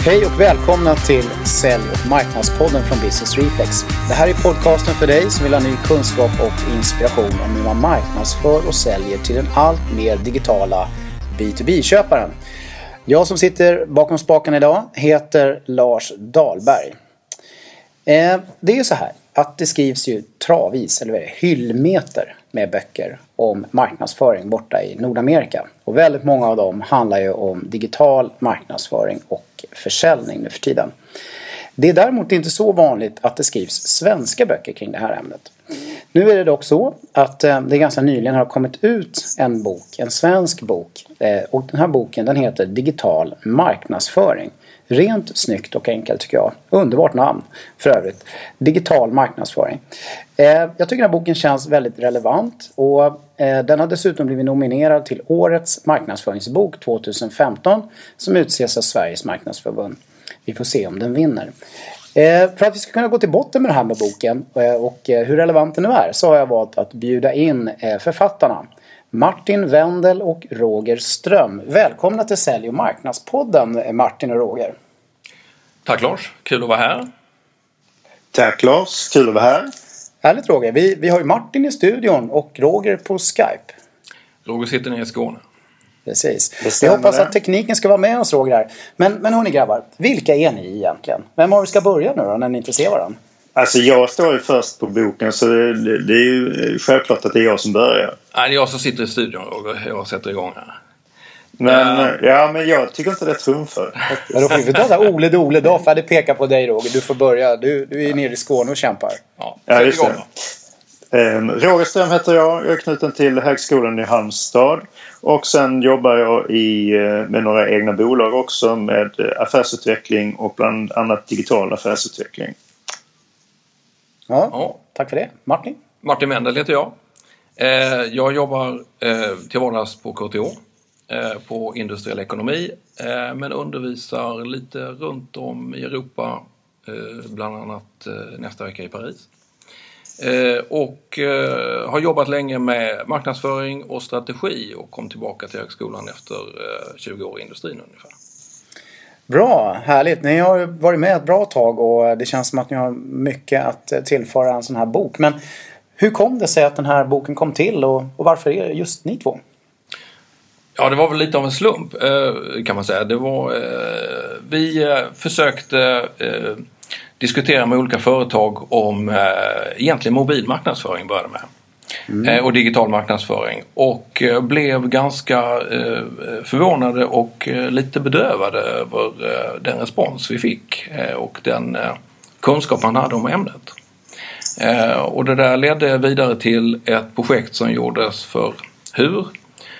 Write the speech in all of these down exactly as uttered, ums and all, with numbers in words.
Hej och välkomna till Sälj- och marknadspodden från Business Reflex. Det här är podcasten för dig som vill ha ny kunskap och inspiration om hur man marknadsför och säljer till den allt mer digitala B to B-köparen. Jag som sitter bakom spaken idag heter Lars Dahlberg. Eh, det är så här att det skrivs ju travis, eller vad är det, hyllmeter med böcker om marknadsföring borta i Nordamerika. Och väldigt många av dem handlar ju om digital marknadsföring och försäljning nu för tiden. Det är däremot inte så vanligt att det skrivs svenska böcker kring det här ämnet. Nu är det dock så att det ganska nyligen har kommit ut en bok, en svensk bok. Och den här boken den heter Digital marknadsföring. Rent snyggt och enkelt tycker jag. Underbart namn för övrigt. Digital marknadsföring. Jag tycker den här boken känns väldigt relevant. Och den har dessutom blivit nominerad till årets marknadsföringsbok tjugohundrafemton. Som utses av Sveriges marknadsförbund. Vi får se om den vinner. För att vi ska kunna gå till botten med det här med boken och hur relevant den nu är så har jag valt att bjuda in författarna Martin Wendel och Roger Ström. Välkomna till Sälj- och marknadspodden Martin och Roger. Tack Lars, kul att vara här. Tack Lars, kul att vara här. Härligt Roger, vi, vi har ju Martin i studion och Roger på Skype. Roger sitter nere i Skåne. Precis. Jag hoppas att tekniken ska vara med oss Roger här. Men, men hörni grabbar, vilka är ni egentligen? Vem har vi ska börja nu då när ni inte ser varandra? Alltså jag står ju först på boken så det, det är ju självklart att det är jag som börjar. Nej, det är jag som sitter i studion och jag sätter igång här. Men, uh, ja, men jag tycker inte det är trumför. Men då får vi ta så här Ole Dole då för det pekar på dig Roger. Du får börja, du, du är nere i Skåne och kämpar. Ja, ja just det. Um, Roger Ström heter jag, jag är knuten till Högskolan i Halmstad. Och sen jobbar jag i, med några egna bolag också med affärsutveckling och bland annat digital affärsutveckling. Ja, ja. Tack för det. Martin? Martin Wendel heter jag. Jag jobbar till vardags på K T H på industriell ekonomi men undervisar lite runt om i Europa, bland annat nästa vecka i Paris. Och har jobbat länge med marknadsföring och strategi och kom tillbaka till högskolan efter tjugo år i industrin ungefär. Bra, härligt. Ni har varit med ett bra tag och det känns som att ni har mycket att tillföra en sån här bok. Men hur kom det sig att den här boken kom till och, och varför är det just ni två? Ja, det var väl lite av en slump kan man säga. Det var, vi försökte diskutera med olika företag om egentligen mobil marknadsföring började med. Mm. Och digital marknadsföring och blev ganska förvånade och lite bedövade över den respons vi fick och den kunskap man hade om ämnet. Och det där ledde vidare till ett projekt som gjordes för Hur.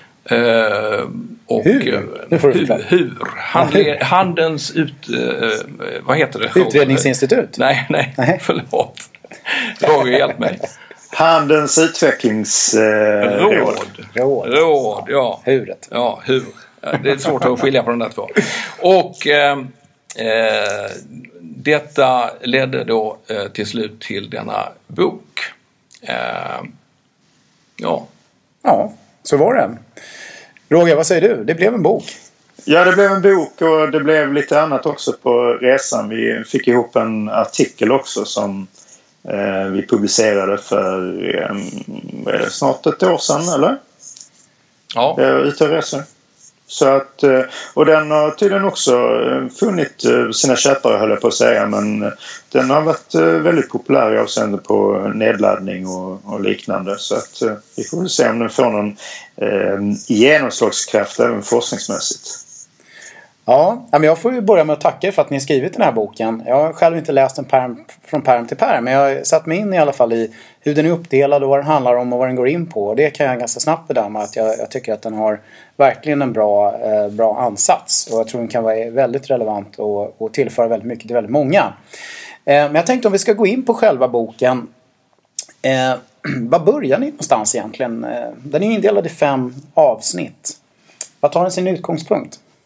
Och hur? hur, hur. Handle, handens ut, vad heter det? Utredningsinstitut? Nej, nej, nej. Förlåt. Roger, hjälp mig. Handens utvecklingsråd. Eh, råd. råd. Råd, ja. Huret. Ja, hur. Det är svårt att skilja på de där två. Och eh, eh, detta ledde då eh, till slut till denna bok. Eh, ja. Ja, så var det. Roger, vad säger du? Det blev en bok. Ja, det blev en bok och det blev lite annat också på resan. Vi fick ihop en artikel också som eh, vi publicerade för eh, snart ett år sedan, eller? Ja. Eh, ute och resor. Så att, och den har tydligen också funnit sina köpare, höll jag på att säga, men den har varit väldigt populär i avseende på nedladdning och, och liknande. Så att vi får väl se om den får någon eh, genomslagskraft även forskningsmässigt. Ja, men jag får ju börja med att tacka för att ni har skrivit den här boken. Jag har själv inte läst den perm, från perm till perm, men jag har satt mig in i alla fall i hur den är uppdelad och vad den handlar om och vad den går in på. Och det kan jag ganska snabbt bedöma att jag, jag tycker att den har verkligen en bra, eh, bra ansats. Och jag tror den kan vara väldigt relevant och, och tillföra väldigt mycket till väldigt många. Eh, men jag tänkte om vi ska gå in på själva boken. Eh, vad börjar ni någonstans egentligen? Eh, den är indelad i fem avsnitt. Vad tar den sin utgångspunkt?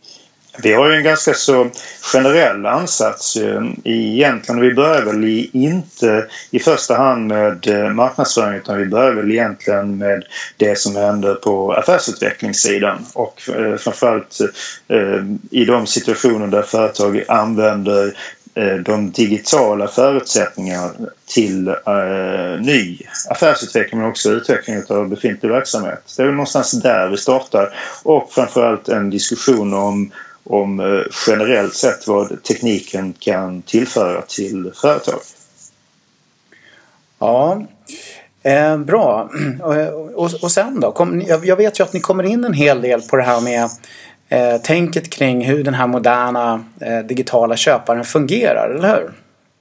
Vi har ju en ganska så generell ansats egentligen. Vi börjar väl i, inte i första hand med marknadsföring, utan vi börjar väl egentligen med det som händer på affärsutvecklingssidan. Och eh, framförallt eh, i de situationer där företag använder eh, de digitala förutsättningarna till eh, ny affärsutveckling, men också utveckling av befintlig verksamhet. Det är väl någonstans där vi startar, och framförallt en diskussion om om generellt sett vad tekniken kan tillföra till företag. Ja, eh, bra. Och, och, och sen då? Kom, jag, jag vet ju att ni kommer in en hel del på det här med eh, tänket kring hur den här moderna eh, digitala köparen fungerar, eller hur?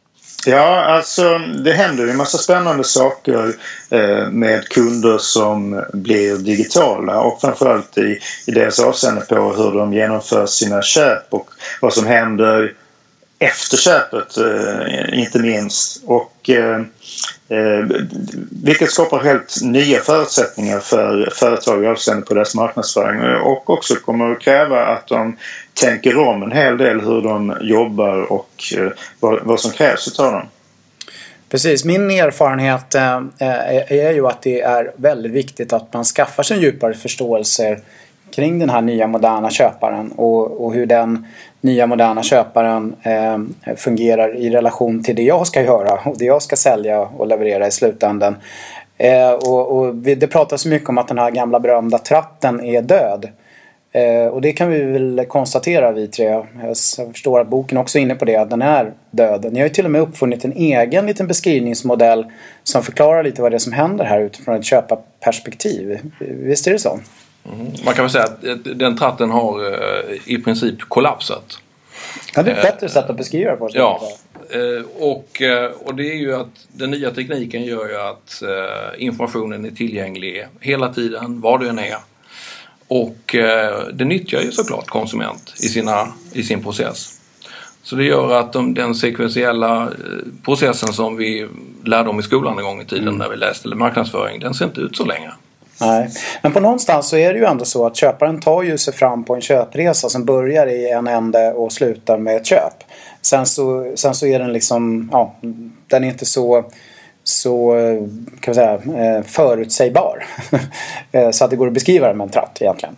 Ja, alltså det händer ju en massa spännande saker eh, med kunder som blir digitala, och framförallt i, i deras avseende på hur de genomför sina köp och vad som händer efter köpet, eh, inte minst. Och eh, eh, vilket skapar helt nya förutsättningar för företag avseende på deras marknadsföring, och också kommer att kräva att de tänker om en hel del hur de jobbar och eh, vad, vad som krävs av dem. Precis, min erfarenhet eh, är, är ju att det är väldigt viktigt att man skaffar sig en djupare förståelse kring den här nya moderna köparen och, och hur den nya moderna köparen eh, fungerar i relation till det jag ska göra och det jag ska sälja och leverera i slutändan. Eh, och, och det pratas mycket om att den här gamla berömda tratten är död. Eh, och det kan vi väl konstatera, vi tre. Jag förstår att boken också är inne på det, att den är död. Ni har ju till och med uppfunnit en egen liten beskrivningsmodell som förklarar lite vad det är som händer här utifrån ett köparperspektiv. Visst är det så? Mm. Man kan väl säga att den tratten har eh, i princip kollapsat. Ja, det är ett bättre eh, sätt att beskriva det på. Ja, eh, och, eh, och det är ju att den nya tekniken gör ju att eh, informationen är tillgänglig hela tiden, var du än är. Och eh, det nyttjar ju såklart konsument i, sina, i sin process. Så det gör att de, den sekventiella eh, processen som vi lärde om i skolan en gång i tiden mm. när vi läste marknadsföring, den ser inte ut så länge. Nej, men på någonstans så är det ju ändå så att köparen tar ju sig fram på en köpresa som börjar i en ände och slutar med ett köp. Sen så, sen så är den liksom, ja, den är inte så, så kan vi säga, förutsägbar. Så att det går att beskriva det med en tratt egentligen.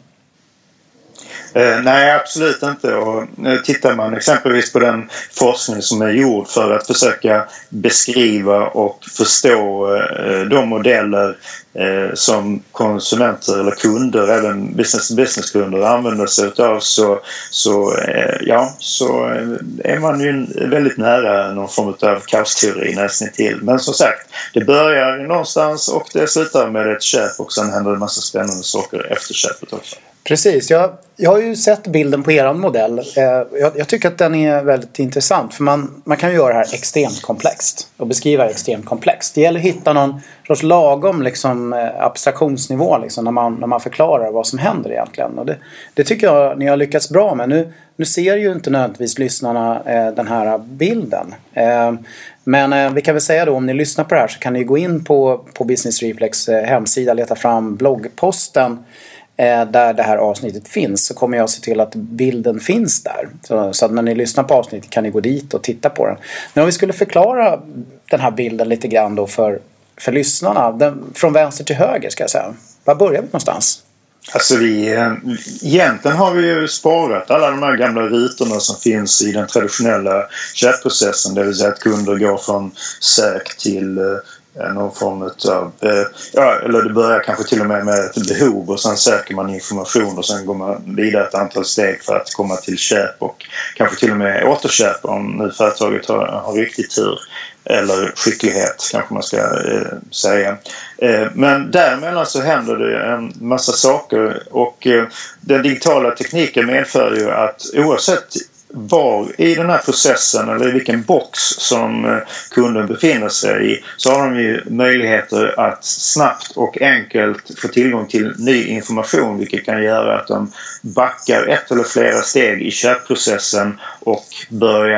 Eh, nej, absolut inte. Och eh, tittar man exempelvis på den forskning som är gjord för att försöka beskriva och förstå eh, de modeller eh, som konsumenter eller kunder, även business-to-business-kunder använder sig utav, så, så, eh, ja, så är man ju väldigt nära någon form av kaosteori nästan till. Men som sagt, det börjar någonstans och det slutar med ett köp, och sen händer det en massa spännande saker efter köpet också. Precis, jag, jag har ju sett bilden på er modell. Eh, jag, jag tycker att den är väldigt intressant, för man, man kan ju göra det här extremt komplext och beskriva det extremt komplext. Det gäller att hitta någon sorts lagom liksom, abstraktionsnivå liksom, när, man, när man förklarar vad som händer egentligen. Och det, det tycker jag ni har lyckats bra med. Nu, nu ser ju inte nödvändigtvis lyssnarna eh, den här bilden. Eh, men eh, vi kan väl säga då, om ni lyssnar på det här så kan ni gå in på, på Business Reflex eh, hemsida, leta fram bloggposten där det här avsnittet finns, så kommer jag se till att bilden finns där. Så, så att när ni lyssnar på avsnittet kan ni gå dit och titta på den. Men om vi skulle förklara den här bilden lite grann då för, för lyssnarna, den, från vänster till höger ska jag säga. Var börjar vi någonstans? Alltså vi, egentligen har vi ju sparat alla de här gamla rutorna som finns i den traditionella köpprocessen, det vill säga att kunder går från sök till någon form av, ja, eller det börjar kanske till och med med ett behov, och sen söker man information och sen går man vidare ett antal steg för att komma till köp och kanske till och med återköp om nu företaget har, har riktigt tur eller skicklighet kanske man ska eh, säga. Eh, men däremellan så händer det en massa saker, och eh, den digitala tekniken medför ju att oavsett var i den här processen eller i vilken box som kunden befinner sig i, så har de ju möjligheter att snabbt och enkelt få tillgång till ny information, vilket kan göra att de backar ett eller flera steg i köpprocessen och börjar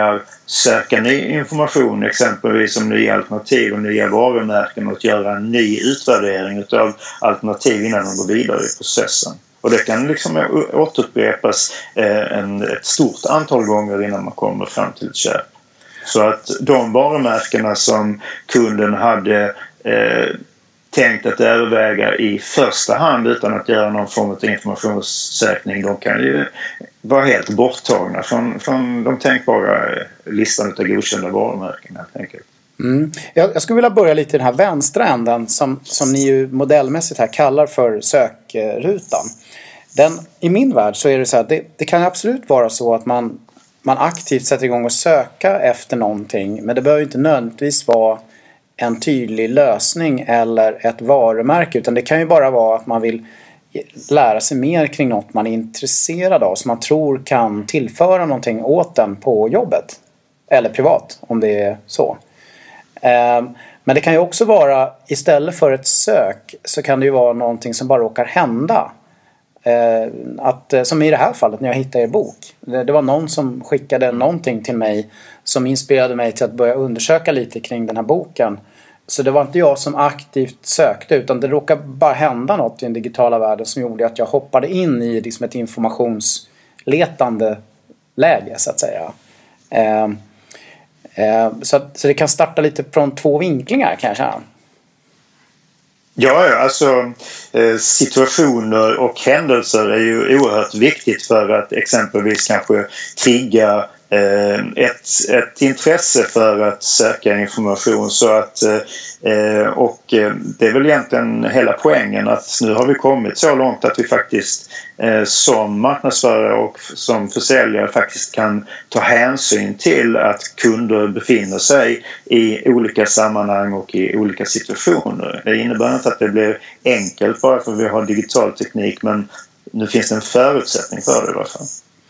söka ny information, exempelvis om nya alternativ och nya varumärken, och att göra en ny utvärdering av alternativ innan de går vidare i processen. Och det kan liksom återupprepas eh, en, ett stort antal gånger innan man kommer fram till ett köp. Så att de varumärkena som kunden hade eh, tänkt att överväga i första hand utan att göra någon form av informationssökning, de kan ju vara helt borttagna från, från de tänkbara listan av godkända varumärken helt enkelt. Mm. Jag, jag skulle vilja börja lite i den här vänstra änden som, som ni ju modellmässigt här kallar för sökrutan. Den, i min värld så är det så här, det, det kan absolut vara så att man, man aktivt sätter igång och söka efter någonting, men det behöver inte nödvändigtvis vara en tydlig lösning eller ett varumärke, utan det kan ju bara vara att man vill lära sig mer kring något man är intresserad av som man tror kan tillföra någonting åt den på jobbet eller privat om det är så. Men det kan ju också vara, istället för ett sök så kan det ju vara någonting som bara råkar hända. Att, som i det här fallet när jag hittade er bok. Det, det var någon som skickade någonting till mig som inspirerade mig till att börja undersöka lite kring den här boken. Så det var inte jag som aktivt sökte, utan det råkade bara hända något i den digitala världen som gjorde att jag hoppade in i liksom ett informationsletande läge så att säga. Eh, eh, så, att, så det kan starta lite från två vinklingar kanske. Ja, alltså eh, situationer och händelser är ju oerhört viktigt för att exempelvis kanske trigga eh, ett, ett intresse för att söka information. Så att, eh, och eh, det är väl egentligen hela poängen att nu har vi kommit så långt att vi faktiskt eh, som marknadsförare och som försäljare faktiskt kan ta hänsyn till att kunder befinner sig i olika sammanhang och i olika situationer. Det innebär inte att det blir enkelt bara för att vi har digital teknik, men nu finns det en förutsättning för det i alla fall.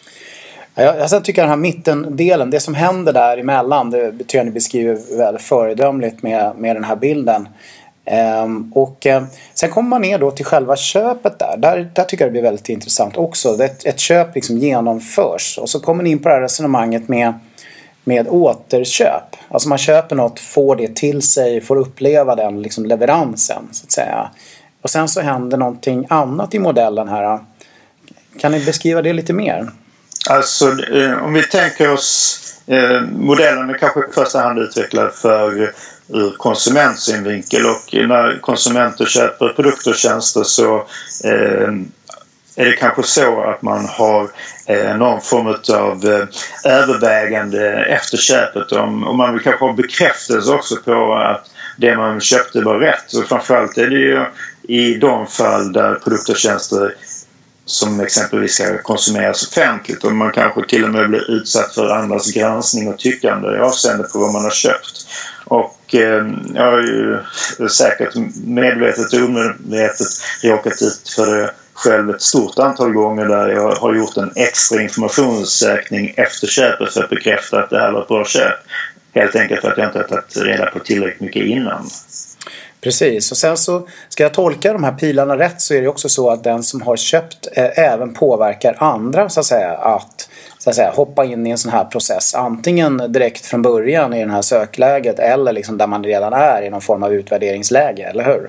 Jag, jag sen tycker den här mittendelen, det som händer där emellan, det tycker jag ni beskriver väldigt föredömligt med, med den här bilden. Um, och um, sen kommer man ner då till själva köpet där. Där, där tycker jag det blir väldigt intressant också. Ett, ett köp liksom genomförs och så kommer ni in på det här resonemanget med, med återköp. Alltså man köper något, får det till sig, får uppleva den liksom leveransen så att säga. Och sen så händer någonting annat i modellen här. Kan ni beskriva det lite mer? Alltså om vi tänker oss eh, modellen är kanske i första hand utvecklad för ur konsumentsynvinkel, och när konsumenter köper produkter och tjänster så eh, är det kanske så att man har eh, någon form av eh, övervägande efter köpet om, om man vill kanske ha bekräftelse också på att det man köpte var rätt. Så framförallt är det ju i de fall där produkter och tjänster som exempelvis ska konsumeras offentligt och man kanske till och med blir utsatt för andras granskning och tyckande i avseende på vad man har köpt. Och eh, jag har ju säkert medvetet och omedvetet råkat ut för det själv ett stort antal gånger där jag har gjort en extra informationssökning efter köpet för att bekräfta att det här var ett bra köp. Helt enkelt för att jag inte har tagit reda på tillräckligt mycket innan. Precis, och sen så ska jag tolka de här pilarna rätt så är det också så att den som har köpt eh, även påverkar andra så att säga att, så att säga, hoppa in i en sån här process. Antingen direkt från början i den här sökläget eller liksom där man redan är i någon form av utvärderingsläge, eller hur?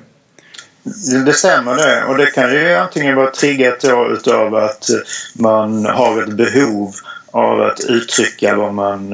Det stämmer det, och det kan ju antingen vara triggat då utav att man har ett behov av att uttrycka vad man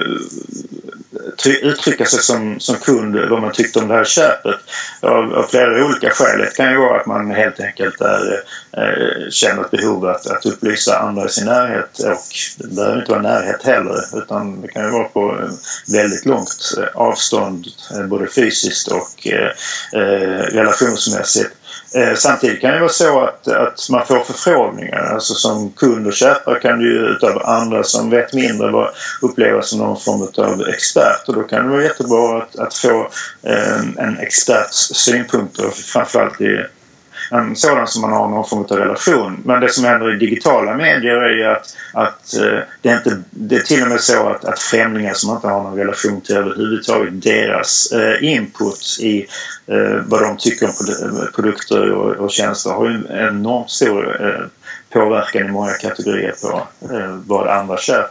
uttrycka sig som, som kund, vad man tyckte om det här köpet av, av flera olika skäl. Det kan ju vara att man helt enkelt är, eh, känner ett behov att, att upplysa andra i sin närhet, och det behöver inte vara närhet heller, utan det kan ju vara på väldigt långt avstånd, både fysiskt och eh, relationsmässigt. Samtidigt kan det vara så att, att man får förfrågningar. Alltså som kund och köpare kan du ju utav andra som vet mindre vara, uppleva som någon form av expert. Och då kan det vara jättebra att, att få eh, en experts synpunkter, framförallt i en sådan som man har någon form av relation. Men det som händer i digitala medier är ju att, att det, är inte, det är till och med så att, att främlingar som inte har någon relation till överhuvudtaget, deras eh, input i eh, vad de tycker om produkter och, och tjänster har ju en enormt stor eh, påverkan i många kategorier på eh, vad andra köper.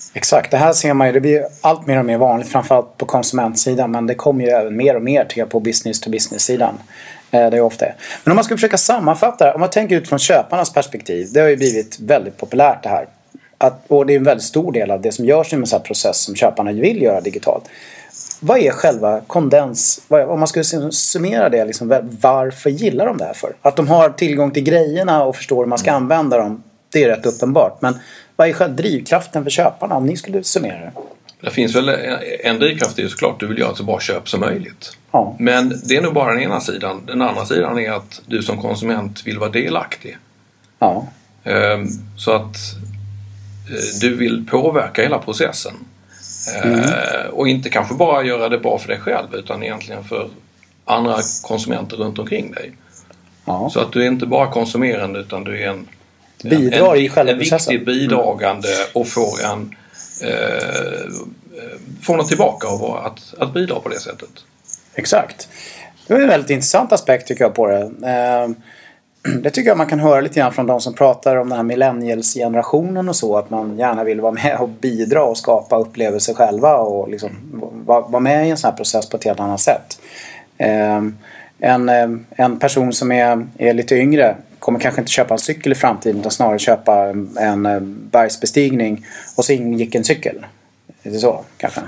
Exakt, det här ser man ju, det blir allt mer och mer vanligt framförallt på konsumentsidan, men det kommer ju även mer och mer till på business to business sidan. Det är ofta. Men om man ska försöka sammanfatta, om man tänker ut från köparnas perspektiv, det har ju blivit väldigt populärt det här. Att, och det är en väldigt stor del av det som görs i en sån här process som köparna vill göra digitalt. Vad är själva kondens, vad, om man skulle summera det, liksom, varför gillar de det här för? Att de har tillgång till grejerna och förstår hur man ska använda dem, det är rätt uppenbart. Men vad är själva drivkraften för köparna om ni skulle summera det? Det finns väl en drivkraft, det är såklart du vill göra ett så bra köp som möjligt. Ja. Men det är nog bara den ena sidan. Den andra sidan är att du som konsument vill vara delaktig. Ja. Så att du vill påverka hela processen. Mm. Och inte kanske bara göra det bra för dig själv utan egentligen för andra konsumenter runt omkring dig. Ja. Så att du är inte bara konsumerande utan du är en, bidrar en, i själva en viktig bidragande mm. och får en eh, får något tillbaka av att, att bidra på det sättet. Exakt. Det är en väldigt intressant aspekt tycker jag på det. Eh, det tycker jag man kan höra lite grann från de som pratar om den här millennials-generationen och så. Att man gärna vill vara med och bidra och skapa upplevelser själva och liksom vara var med i en sån här process på ett helt annat sätt. Eh, en, en person som är, är lite yngre kommer kanske inte köpa en cykel i framtiden utan snarare köpa en, en bergsbestigning och så ingick en cykel. Är det så kanske?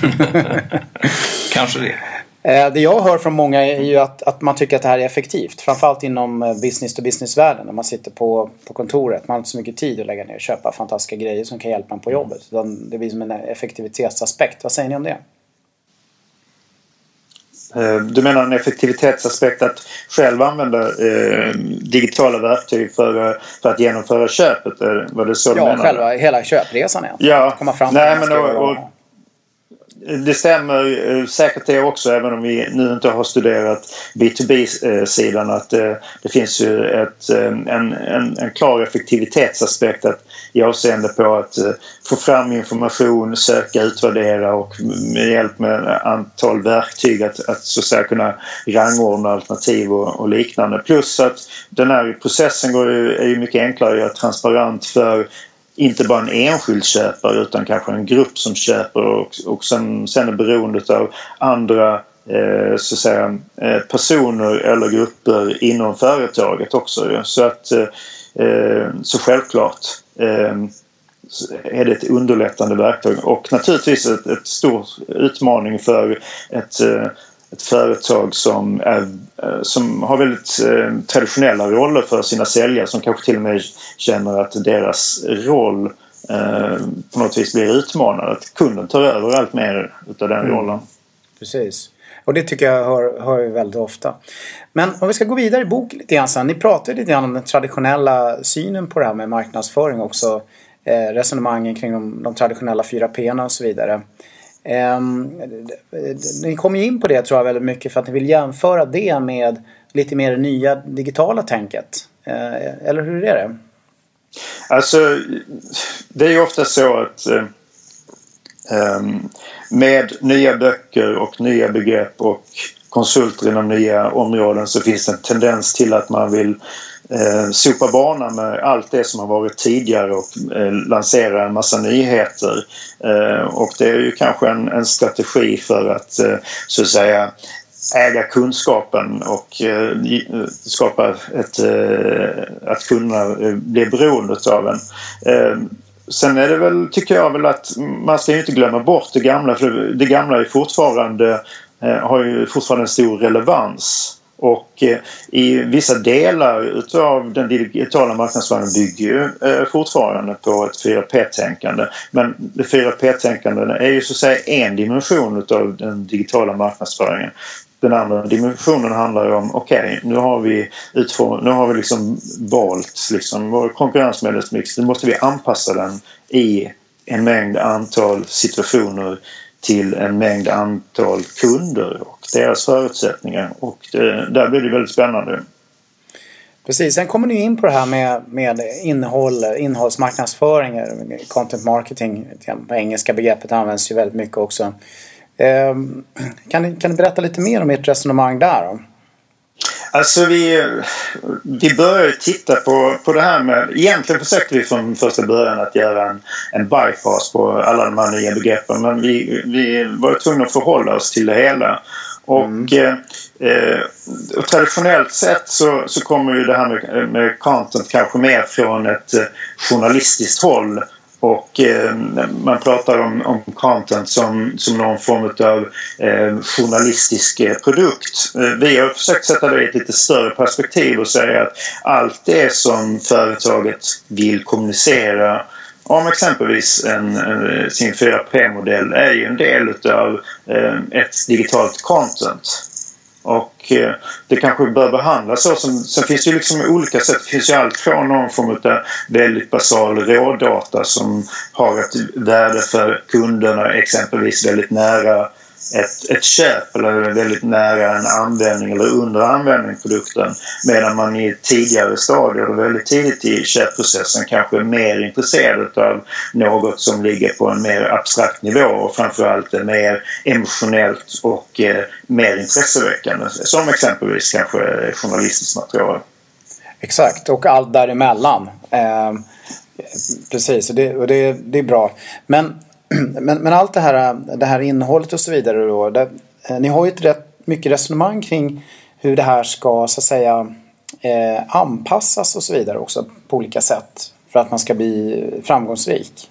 Kanske det. Det jag hör från många är ju att, att man tycker att det här är effektivt. Framförallt inom business to business-världen. När man sitter på, på kontoret. Man har inte så mycket tid att lägga ner och köpa fantastiska grejer som kan hjälpa en på jobbet. Utan det blir som en effektivitetsaspekt. Vad säger ni om det? Du menar en effektivitetsaspekt att själv använda eh, digitala verktyg för, för att genomföra köpet? Var det så du ja, menar? Själva hela köpresan egentligen. Ja, komma fram nej men och, och, det stämmer säkert det också, även om vi nu inte har studerat B to B-sidan, att eh, det finns ju ett, en, en, en klar effektivitetsaspekt att i avseende på att eh, få fram information, söka, utvärdera och med hjälp med antal verktyg att, att så att säga kunna rangordna alternativ och, och liknande. Plus att den här processen går ju, är ju mycket enklare att göra transparent för inte bara en enskild köpare utan kanske en grupp som köper och, och sen, sen är beroendet av andra eh, så att säga, eh, personer eller grupper inom företaget också. Så att eh, så självklart eh, är det ett underlättande verktyg och naturligtvis ett, ett stor utmaning för ett eh, ett företag som, är, som har väldigt eh, traditionella roller för sina säljare som kanske till och med känner att deras roll eh, på något vis blir utmanad. Att kunden tar över allt mer utav den mm. rollen. Precis. Och det tycker jag hör, hör vi väldigt ofta. Men om vi ska gå vidare i boken lite grann sen. Ni pratar lite grann om den traditionella synen på det här med marknadsföring också. Eh, resonemangen kring de, de traditionella fyra P:na och så vidare. Um, ni kommer ju in på det tror jag väldigt mycket för att ni vill jämföra det med lite mer nya digitala tänket. Uh, eller hur är det? Alltså, det är ju ofta så att um, med nya böcker och nya begrepp och konsulter inom nya områden så finns det en tendens till att man vill eh, sopa banan med allt det som har varit tidigare och eh, lansera en massa nyheter. Eh, och det är ju kanske en, en strategi för att eh, så att säga äga kunskapen och eh, skapa ett, eh, att kunna bli beroende av en. Eh, sen är det väl, tycker jag väl att man ska ju inte glömma bort det gamla, för det gamla är fortfarande har ju fortfarande en stor relevans och eh, i vissa delar utav den digitala marknadsföringen bygger ju eh, fortfarande på ett fyra P-tänkande, men det fyra P-tänkande är ju så att säga en dimension utav den digitala marknadsföringen. Den andra dimensionen handlar om okej, okay, nu har vi utform- nu har vi liksom valt liksom vår konkurrensmedelsmix, nu måste vi anpassa den i en mängd antal situationer till en mängd antal kunder och deras förutsättningar, och det, där blir det väldigt spännande. Precis, sen kommer ni in på det här med, med innehåll, innehållsmarknadsföring, content marketing, på engelska begreppet används ju väldigt mycket också. Eh, kan, ni, kan ni berätta lite mer om ert resonemang där då? Alltså vi, vi började titta på, på det här med... Egentligen försökte vi från första början att göra en, en bypass på alla de här nya begreppen. Men vi, vi var tvungna att förhålla oss till det hela. Och, mm. eh, och traditionellt sett så, så kommer ju det här med, med content kanske mer från ett eh, journalistiskt håll. Och eh, man pratar om, om content som, som någon form av eh, journalistisk eh, produkt. Eh, vi har försökt sätta det i ett lite större perspektiv och säga att allt det som företaget vill kommunicera om exempelvis en, en, sin fyra P-modell är ju en del av eh, ett digitalt content. Och eh, det kanske bör behandlas så. Som, sen finns det ju liksom olika sätt. Det finns ju allt från någon form av väldigt basal rådata som har ett värde för kunderna, exempelvis väldigt nära ett, ett köp eller väldigt nära en användning eller under användning produkten, medan man i tidigare stadier och väldigt tidigt i köpprocessen kanske är mer intresserad av något som ligger på en mer abstrakt nivå och framförallt är mer emotionellt och eh, mer intresseväckande, som exempelvis kanske journalistiskt material. Exakt, och allt däremellan. Eh, precis, och, det, och det, det är bra. Men Men, men allt det här, det här innehållet och så vidare då, det, ni har ju ett rätt mycket resonemang kring hur det här ska så att säga eh, anpassas och så vidare också på olika sätt för att man ska bli framgångsrik.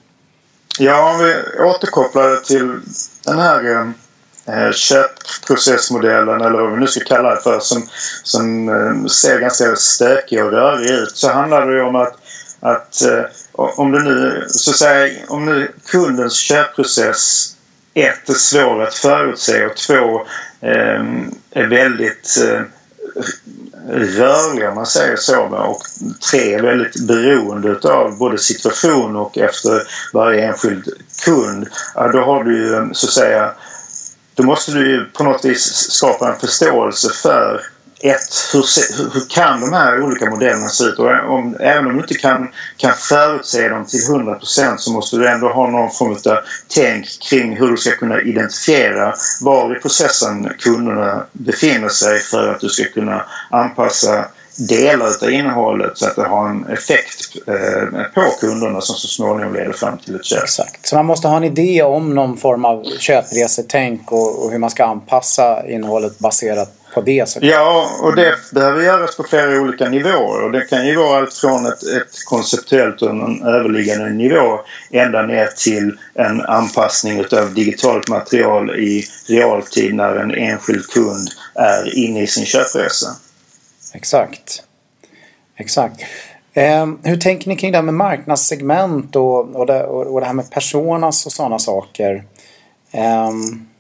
Ja, om vi återkopplar till den här eh, köpprocessmodellen eller vad vi nu ska kalla det för, som, som eh, ser ganska stökig och rörig ut, så handlar det ju om att, att eh, om det nu, så att säga, om nu kundens köpprocess ett är svår att förutse och två eh, är väldigt eh, rörliga, om man säger så, och tre är väldigt beroende av både situation och efter varje enskild kund, ja, då har du ju, så att säga, då måste du ju på något vis skapa en förståelse för ett, hur, hur kan de här olika modellerna se ut? Och om, även om du inte kan, kan förutse dem till hundra procent, så måste du ändå ha någon form av tänk kring hur du ska kunna identifiera var i processen kunderna befinner sig för att du ska kunna anpassa delar av innehållet så att det har en effekt eh, på kunderna som så småningom leder fram till ett köp. Exakt. Så man måste ha en idé om någon form av köpresetänk och, och hur man ska anpassa innehållet baserat på det. Så. Ja, och det behöver göras på flera olika nivåer, och det kan ju vara allt från ett, ett konceptuellt och en överliggande nivå ända ner till en anpassning av digitalt material i realtid när en enskild kund är inne i sin köpresa. Exakt. Exakt. Eh, hur tänker ni kring det här med marknadssegment och, och, det, och, och det här med personas och sådana saker? Eh.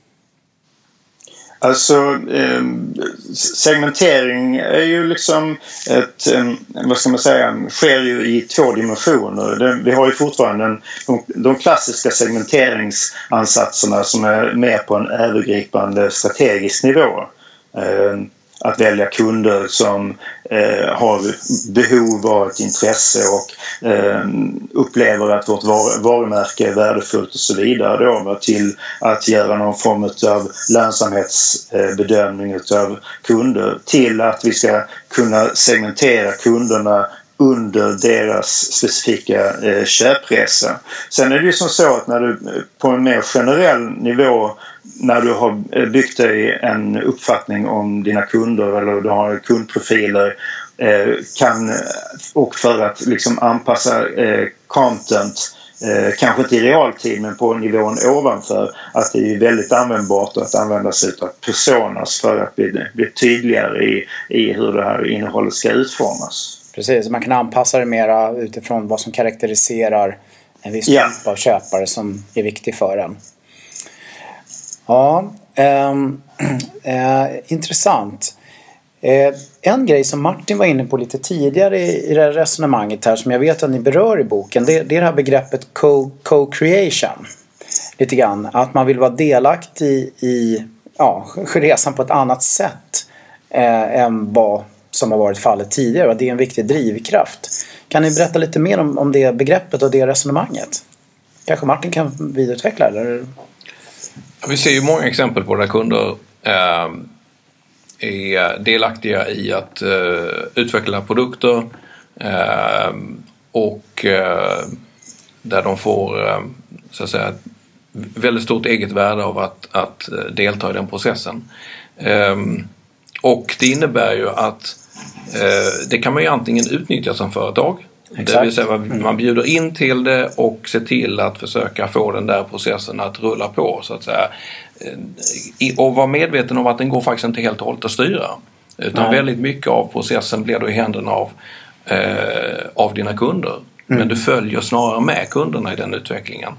Alltså eh, segmentering är ju liksom ett, eh, vad ska man säga, sker ju i två dimensioner. Det, vi har ju fortfarande en, de, de klassiska segmenteringsansatserna som är mer på en övergripande strategisk nivå. Eh, Att välja kunder som eh, har behov av ett intresse och eh, upplever att vårt var- varumärke är värdefullt och så vidare, då, till att göra någon form av lönsamhetsbedömning av kunder, till att vi ska kunna segmentera kunderna under deras specifika eh, köpresa. Sen är det ju som så att när du på en mer generell nivå, när du har byggt dig en uppfattning om dina kunder eller du har kundprofiler, eh, kan, och för att liksom anpassa eh, content, eh, kanske inte i realtid men på nivån ovanför, att det är väldigt användbart att använda sig av personas för att bli, bli tydligare i, i hur det här innehållet ska utformas. Precis, man kan anpassa det mera utifrån vad som karaktäriserar en viss ja. typ av köpare som är viktig för en. Ja, eh, eh, intressant. Eh, en grej som Martin var inne på lite tidigare i, i det här resonemanget här, som jag vet att ni berör i boken, det, det är det här begreppet co- co-creation. Lite grann, att man vill vara delaktig i ja, resan på ett annat sätt eh, än vad som har varit fallet tidigare, och det är en viktig drivkraft. Kan ni berätta lite mer om, om det begreppet och det resonemanget? Kanske Martin kan vidareutveckla, eller? Vi ser ju många exempel på där kunder eh, är delaktiga i att uh, utveckla produkter uh, och uh, där de får uh, så att säga, väldigt stort eget värde av att, att uh, delta i den processen. Um, och det innebär ju att uh, det kan man ju antingen utnyttja som företag. Exakt. Det vill säga man, man bjuder in till det och ser till att försöka få den där processen att rulla på så att säga. Och vara medveten om att den går faktiskt inte helt och hållet att styra. Utan Nej. väldigt mycket av processen blir då i händerna av, eh, av dina kunder. Mm. Men du följer snarare med kunderna i den utvecklingen.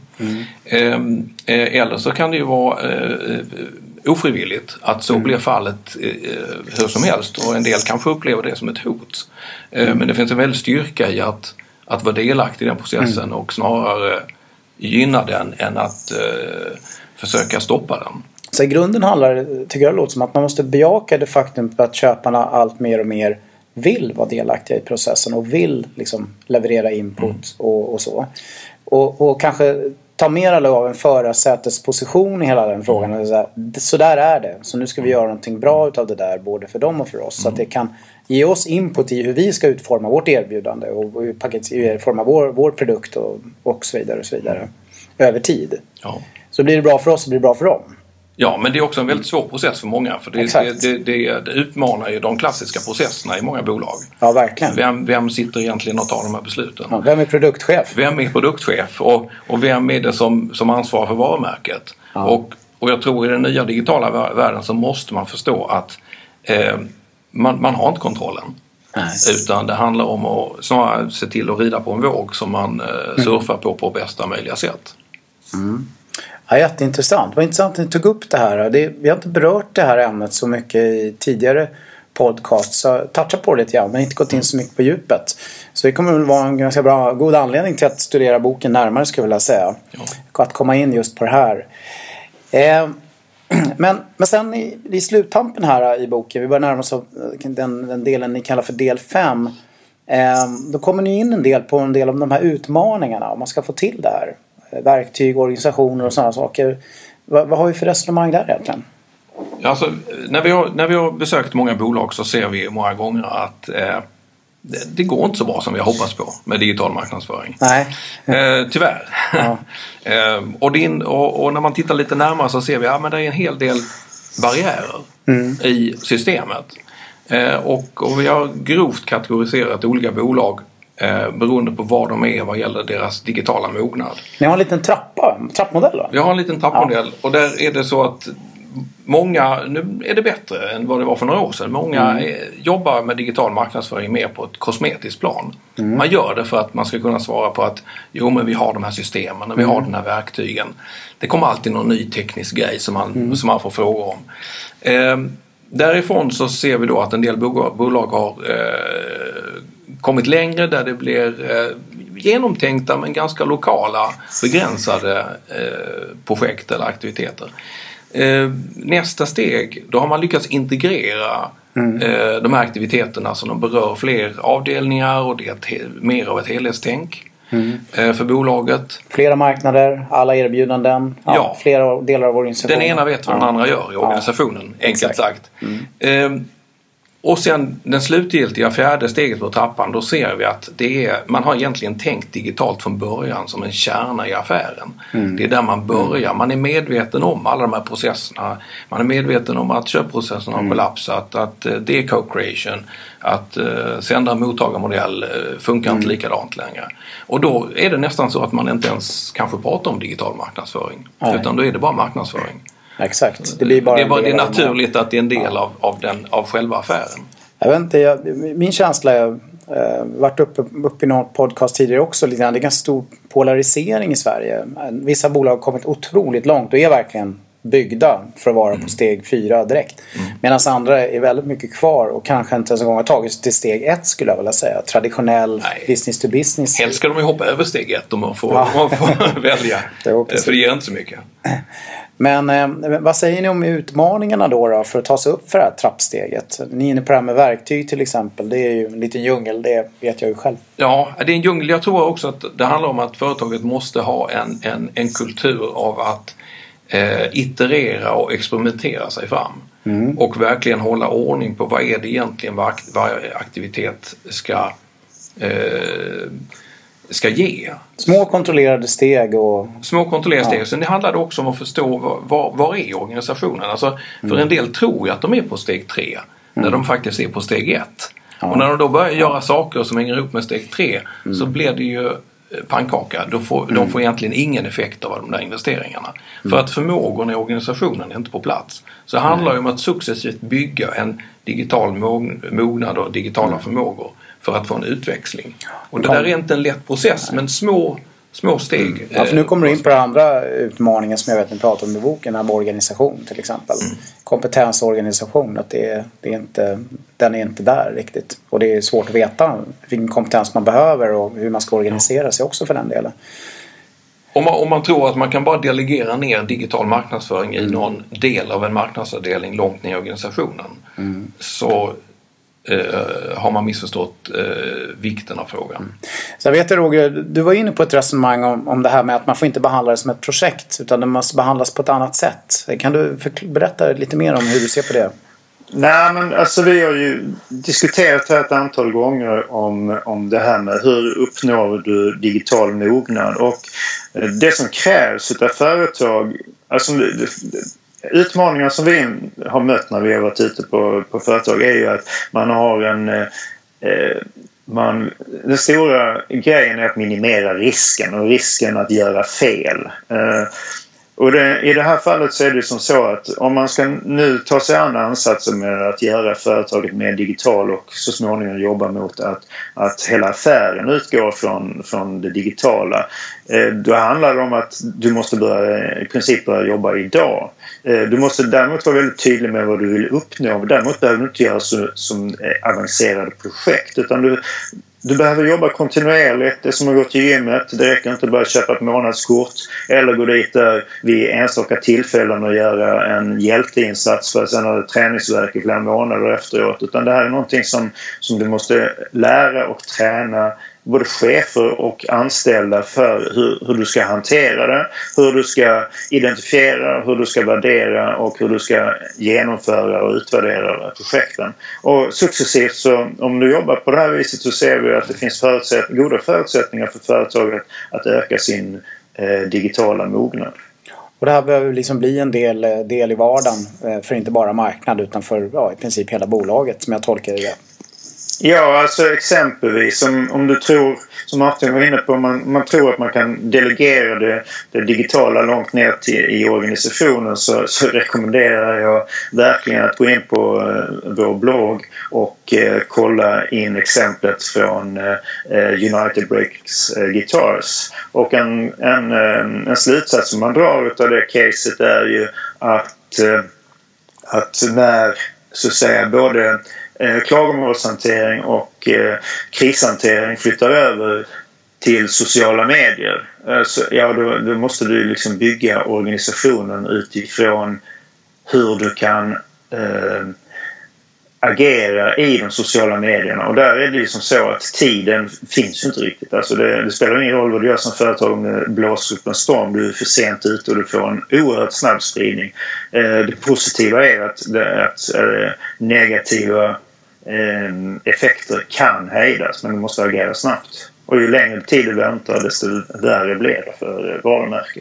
Mm. Eh, eller så kan det ju vara eh, ofrivilligt att så mm. blir fallet eh, hur som helst. Och en del kanske upplever det som ett hot. Eh, mm. Men det finns en väldig styrka i att, att vara delaktig i den processen mm. och snarare gynna den än att eh, försöka stoppa den. Så i grunden handlar, tycker jag det låter som att man måste bejaka det faktum att köparna allt mer och mer vill vara delaktiga i processen och vill liksom leverera input mm. och, och så. Och, och kanske ta mer av en förarsätesposition i hela den frågan. Mm. Så, här, så där är det. Så nu ska vi göra någonting bra utav det där både för dem och för oss. Mm. Så att det kan ge oss input i hur vi ska utforma vårt erbjudande och utforma vår, vår produkt och, och så vidare och så vidare. Över tid. Ja. Så blir det bra för oss så blir det bra för dem. Ja, men det är också en väldigt svår process för många. För det, det, det, det, det utmanar ju de klassiska processerna i många bolag. Ja, verkligen. Vem, vem sitter egentligen och tar de här besluten? Ja, vem är produktchef? Vem är produktchef? Och, och vem är det som, som ansvarar för varumärket? Ja. Och, och jag tror i den nya digitala världen så måste man förstå att eh, man, man har inte kontrollen. Nej. Utan det handlar om att snarare se till att rida på en våg som man eh, surfar på på bästa möjliga sätt. Mm. Ja, jätteintressant. Vad intressant att ni tog upp det här. Det, vi har inte berört det här ämnet så mycket i tidigare podcast. Så toucha på det lite grann, men inte gått in så mycket på djupet. Så det kommer väl vara en ganska bra, god anledning till att studera boken närmare, skulle jag vilja säga. Ja. Att komma in just på det här. Eh, men, men sen i, i sluttampen här i boken, vi börjar närma oss den, den delen ni kallar för del fem. Eh, då kommer ni in en del på en del av de här utmaningarna om man ska få till det här. Verktyg, organisationer och sådana saker. Vad, vad har vi för resonemang där egentligen? Alltså, när, vi har, när vi har besökt många bolag så ser vi många gånger att eh, det, det går inte så bra som vi har hoppats på med digital marknadsföring. Nej. Eh, tyvärr. Ja. eh, och, din, och, och när man tittar lite närmare så ser vi att ja, men det är en hel del barriärer mm. i systemet. Eh, och, och vi har grovt kategoriserat olika bolag Eh, beroende på vad de är vad gäller deras digitala mognad. Ni har en liten trappa, trappmodell va? Vi har en liten trappmodell ja. Och där är det så att många, nu är det bättre än vad det var för några år sedan. Många mm. är, jobbar med digital marknadsföring mer på ett kosmetiskt plan. Mm. Man gör det för att man ska kunna svara på att jo men vi har de här systemen och vi mm. har den här verktygen. Det kommer alltid någon ny teknisk grej som man, mm. som man får frågor om. Eh, därifrån så ser vi då att en del bolag har eh, kommit längre där det blir eh, genomtänkta men ganska lokala begränsade eh, projekt eller aktiviteter. Eh, nästa steg, då har man lyckats integrera mm. eh, de här aktiviteterna så de berör fler avdelningar och det är ett, mer av ett helhetstänk mm. eh, för bolaget. Flera marknader, alla erbjudanden, ja, ja. flera delar av organisationen. Den ena vet vad den ja. andra gör i organisationen, ja. enkelt sagt. Mm. Eh, Och sen den slutgiltiga fjärde steget på trappan, då ser vi att det är, man har egentligen tänkt digitalt från början som en kärna i affären. Mm. Det är där man börjar. Man är medveten om alla de här processerna. Man är medveten om att köpprocessen har mm. kollapsat, att uh, det är co-creation, att uh, sända en mottagarmodell uh, funkar mm. inte likadant längre. Och då är det nästan så att man inte ens kanske pratar om digital marknadsföring. Nej. Utan då är det bara marknadsföring. Exakt. Det, blir bara det, är, bara, det är naturligt att det är en del ja. av, av, den, av själva affären. Jag vet inte, jag, min känsla är äh, varit uppe, uppe i någon podcast tidigare också. Lite grann. Det är ganska stor polarisering i Sverige. Vissa bolag har kommit otroligt långt och är verkligen byggda för att vara mm. på steg fyra direkt. Mm. Medan andra är väldigt mycket kvar och kanske inte ens en gång har tagit till steg ett skulle jag vilja säga. Traditionell Nej. business to business. Helst ska de ju hoppa över steg ett om man får, ja. man får välja. Det för det ger inte så mycket. Men eh, vad säger ni om utmaningarna då, då för att ta sig upp för det här trappsteget? Ni är inne på det här med verktyg till exempel. Det är ju en liten djungel, det vet jag ju själv. Ja, det är en djungel. Jag tror också att det handlar om att företaget måste ha en, en, en kultur av att eh, iterera och experimentera sig fram. Mm. Och verkligen hålla ordning på vad är det egentligen varje aktivitet ska, eh, ska ge. Små kontrollerade steg. Och... Små kontrollerade steg. Ja. Sen det handlar det också om att förstå var, var, var är organisationen. Alltså, för mm. en del tror ju att de är på steg tre. Mm. När de faktiskt är på steg ett. Ja. Och när de då börjar göra ja. saker som hänger upp med steg tre. Mm. Så blir det ju pannkaka. De får, mm. de får egentligen ingen effekt av de där investeringarna. Mm. För att förmågorna i organisationen är inte på plats. Så det handlar ju om att successivt bygga en digital mognad och digitala mm. förmågor för att få en utväxling. Och det där är inte en lätt process, men små, små steg. Mm. Ja, för nu kommer du in på den andra utmaningen som jag vet ni pratar om i boken, med organisation till exempel. Mm. Kompetensorganisation, att det är, det är inte, den är inte där riktigt. Och det är svårt att veta vilken kompetens man behöver och hur man ska organisera sig också för den delen. Om man, om man tror att man kan bara delegera ner digital marknadsföring i någon del av en marknadsavdelning långt ner i organisationen mm. så eh, har man missförstått eh, vikten av frågan. Mm. Så jag vet Roger, du var inne på ett resonemang om, om det här med att man får inte behandla det som ett projekt utan det måste behandlas på ett annat sätt. Kan du för, berätta lite mer om hur du ser på det? Nej, men alltså vi har ju diskuterat här ett antal gånger om, om det här med hur uppnår du digital mognad, och det som krävs utav företag, alltså utmaningar som vi har mött när vi har varit ute på, på företag är ju att man har en eh, man, den stora grejen är att minimera risken och risken att göra fel. Eh, Och det, i det här fallet så är det som så att om man ska nu ta sig an ansatser med att göra företaget mer digital och så småningom jobba mot att, att hela affären utgår från, från det digitala, eh, då handlar det om att du måste börja, i princip börja jobba idag. Eh, du måste däremot vara väldigt tydlig med vad du vill uppnå. Däremot behöver du inte göra så, som avancerade projekt, utan du Du behöver jobba kontinuerligt. Det som har gått till gymmet. Det räcker inte bara att köpa ett månadskort eller gå dit där vid enstaka tillfällen och göra en hjälteinsats för att sen ha det träningsverk i flera månader efteråt. Utan det här är någonting som, som du måste lära och träna både chefer och anställda för hur, hur du ska hantera det, hur du ska identifiera, hur du ska värdera och hur du ska genomföra och utvärdera projekten. Och successivt så, om du jobbar på det här viset, så ser vi att det finns förutsätt, goda förutsättningar för företaget att öka sin eh, digitala mognad. Och det här behöver liksom bli en del, del i vardagen för inte bara marknad utan för ja, i princip hela bolaget, som jag tolkar det. Ja, alltså exempelvis om, om du tror, som Martin var inne på, man, man tror att man kan delegera det, det digitala långt ner till, i organisationen, så, så rekommenderar jag verkligen att gå in på uh, vår blogg och uh, kolla in exemplet från uh, United Breaks uh, Guitars. Och en, en, uh, en slutsats som man drar av det caset är ju att, uh, att när så att säga både Eh, klagomålshantering och eh, krishantering flyttar över till sociala medier, eh, så, ja, då, då måste du liksom bygga organisationen utifrån hur du kan eh, agera i de sociala medierna. Och där är det ju som så att tiden finns ju inte riktigt. Alltså det, det spelar ingen roll vad du gör som företag om det blåser upp en storm. Du är för sent ute och du får en oerhört snabb spridning. Eh, det positiva är att, det, att eh, negativa eh, effekter kan hejdas, men du måste agera snabbt. Och ju längre tid du väntar, desto värre blir det för varumärket.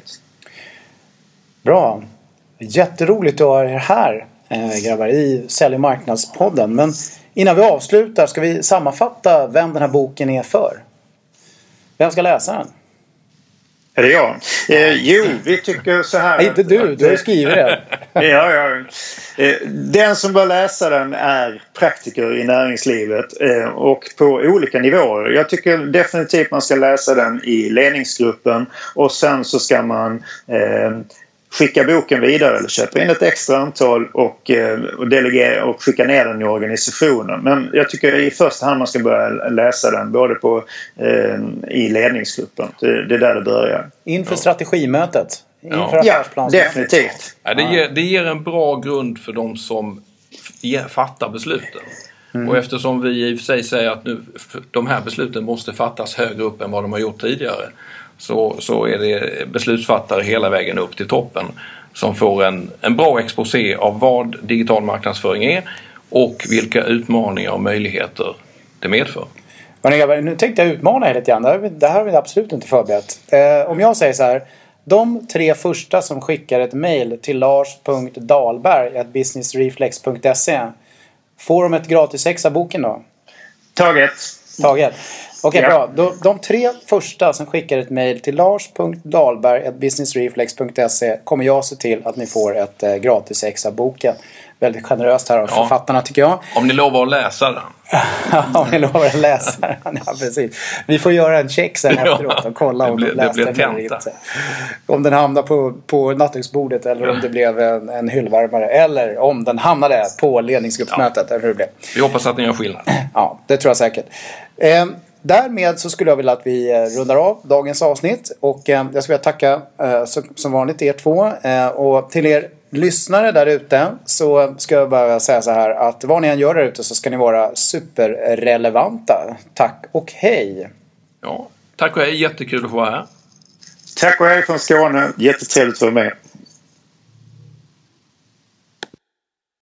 Bra. Jätteroligt att ha er här, eh, grabbar, i Sälj och marknadspodden. Men innan vi avslutar ska vi sammanfatta vem den här boken är för. Vem ska läsa den? Är det jag? Eh, jo, vi tycker så här. Nej, inte du, du har skrivit det. ja, ja. Eh, den som bör läsa den är praktiker i näringslivet eh, och på olika nivåer. Jag tycker definitivt man ska läsa den i ledningsgruppen, och sen så ska man eh, skicka boken vidare eller köpa in ett extra antal och, eh, och delegera och skicka ner den i organisationen. Men jag tycker i första hand man ska börja läsa den både på, eh, i ledningsgruppen. Det, det är där det börjar. Inför ja. strategimötet. Inför ja, ja definitivt. Ja, det, ger, det ger en bra grund för de som fattar besluten. Mm. Och eftersom vi i och för sig säger att nu, de här besluten måste fattas högre upp än vad de har gjort tidigare, så, så är det beslutsfattare hela vägen upp till toppen som får en, en bra exposé av vad digital marknadsföring är och vilka utmaningar och möjligheter det medför. Nu tänkte jag utmana er lite grann. Det här har vi absolut inte förberett. Eh, om jag säger så här. De tre första som skickar ett mejl till lars punkt dahlberg at businessreflex punkt se får de ett gratis ex av boken då? Taget. Taget. Okej, okay, ja. bra. De, de tre första som skickar ett mejl till lars punkt dahlberg at businessreflex punkt se kommer jag se till att ni får ett eh, gratis ex av boken. Väldigt generöst här av ja. författarna tycker jag. Om ni lovar att läsa den. Om ni lovar att läsa den. Ja, precis. Vi får göra en check sen efteråt och kolla om blir, de läste den eller inte. Om den hamnar på, på nattduksbordet eller om det blev en, en hyllvärmare. Eller om den hamnade på ledningsgruppsmötet. Ja. Eller hur det blev. Vi hoppas att ni gör skillnad. Ja, det tror jag säkert. Eh, Därmed så skulle jag vilja att vi rundar av dagens avsnitt. Och eh, jag skulle vilja tacka eh, så, som vanligt er två. Eh, och till er lyssnare där ute så ska jag bara säga så här att vad ni än gör där ute så ska ni vara superrelevanta. Tack och hej! Ja, tack och hej. Jättekul att få vara här. Tack och hej från Skåne. Jättetrevligt att vara med.